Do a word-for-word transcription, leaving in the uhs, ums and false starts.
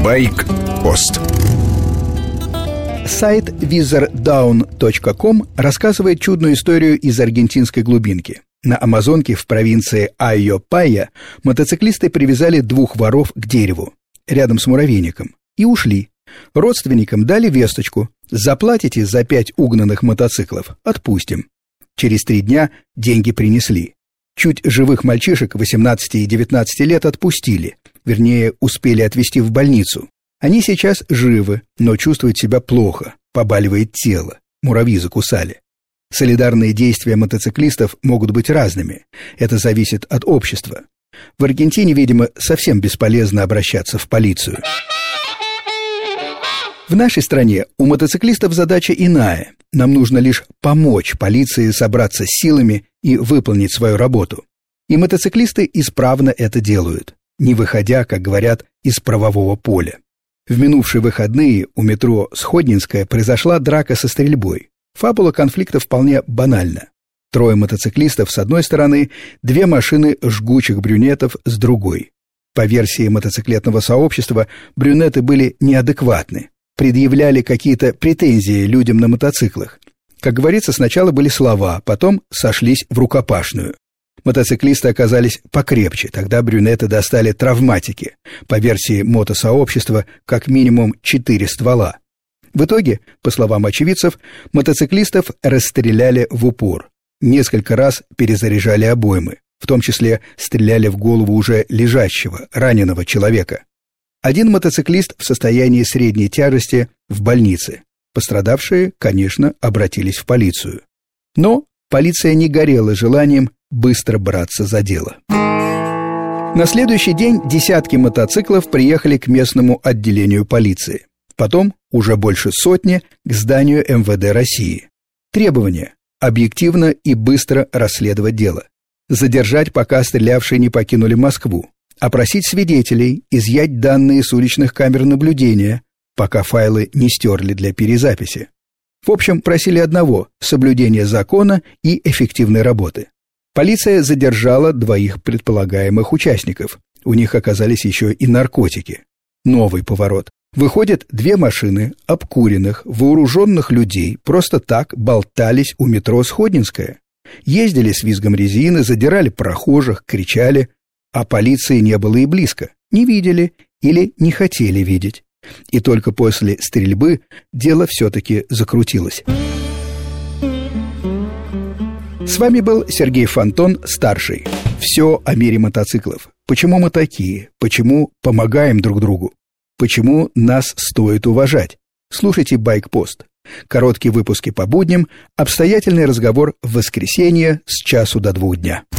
Байк-пост. Сайт визардаун точка ком рассказывает чудную историю из аргентинской глубинки. На Амазонке в провинции Айо-Пайо мотоциклисты привязали двух воров к дереву, рядом с муравейником, и ушли. Родственникам дали весточку: заплатите за пять угнанных мотоциклов, отпустим. Через три дня деньги принесли. Чуть живых мальчишек восемнадцати и девятнадцати лет отпустили, вернее, успели отвезти в больницу. Они сейчас живы, но чувствуют себя плохо, побаливает тело, муравьи закусали. Солидарные действия мотоциклистов могут быть разными. Это зависит от общества. В Аргентине, видимо, совсем бесполезно обращаться в полицию. В нашей стране у мотоциклистов задача иная. Нам нужно лишь помочь полиции собраться с силами и выполнить свою работу. И мотоциклисты исправно это делают, не выходя, как говорят, из правового поля. В минувшие выходные у метро Сходнинская произошла драка со стрельбой. Фабула конфликта вполне банальна. Трое мотоциклистов с одной стороны, две машины жгучих брюнетов с другой. По версии мотоциклетного сообщества, брюнеты были неадекватны, предъявляли какие-то претензии людям на мотоциклах. Как говорится, сначала были слова, потом сошлись в рукопашную. Мотоциклисты оказались покрепче, тогда брюнеты достали травматики. По версии мотосообщества, как минимум четыре ствола. В итоге, по словам очевидцев, мотоциклистов расстреляли в упор. Несколько раз перезаряжали обоймы, в том числе стреляли в голову уже лежащего, раненого человека. Один мотоциклист в состоянии средней тяжести в больнице. Пострадавшие, конечно, обратились в полицию. Но полиция не горела желанием быстро браться за дело. На следующий день десятки мотоциклов приехали к местному отделению полиции. Потом уже больше сотни к зданию эм вэ дэ России. Требования: объективно и быстро расследовать дело. Задержать, пока стрелявшие не покинули Москву. Опросить свидетелей, изъять данные с уличных камер наблюдения, пока файлы не стерли для перезаписи. В общем, просили одного – соблюдения закона и эффективной работы. Полиция задержала двоих предполагаемых участников. У них оказались еще и наркотики. Новый поворот. Выходят, две машины обкуренных, вооруженных людей просто так болтались у метро Сходнинская. Ездили с визгом резины, задирали прохожих, кричали. А полиции не было и близко, не видели или не хотели видеть. И только после стрельбы дело все-таки закрутилось. С вами был Сергей Фонтон, старший. Все о мире мотоциклов. Почему мы такие? Почему помогаем друг другу? Почему нас стоит уважать? Слушайте «Байк-пост». Короткие выпуски по будням, обстоятельный разговор в воскресенье с часу до двух дня.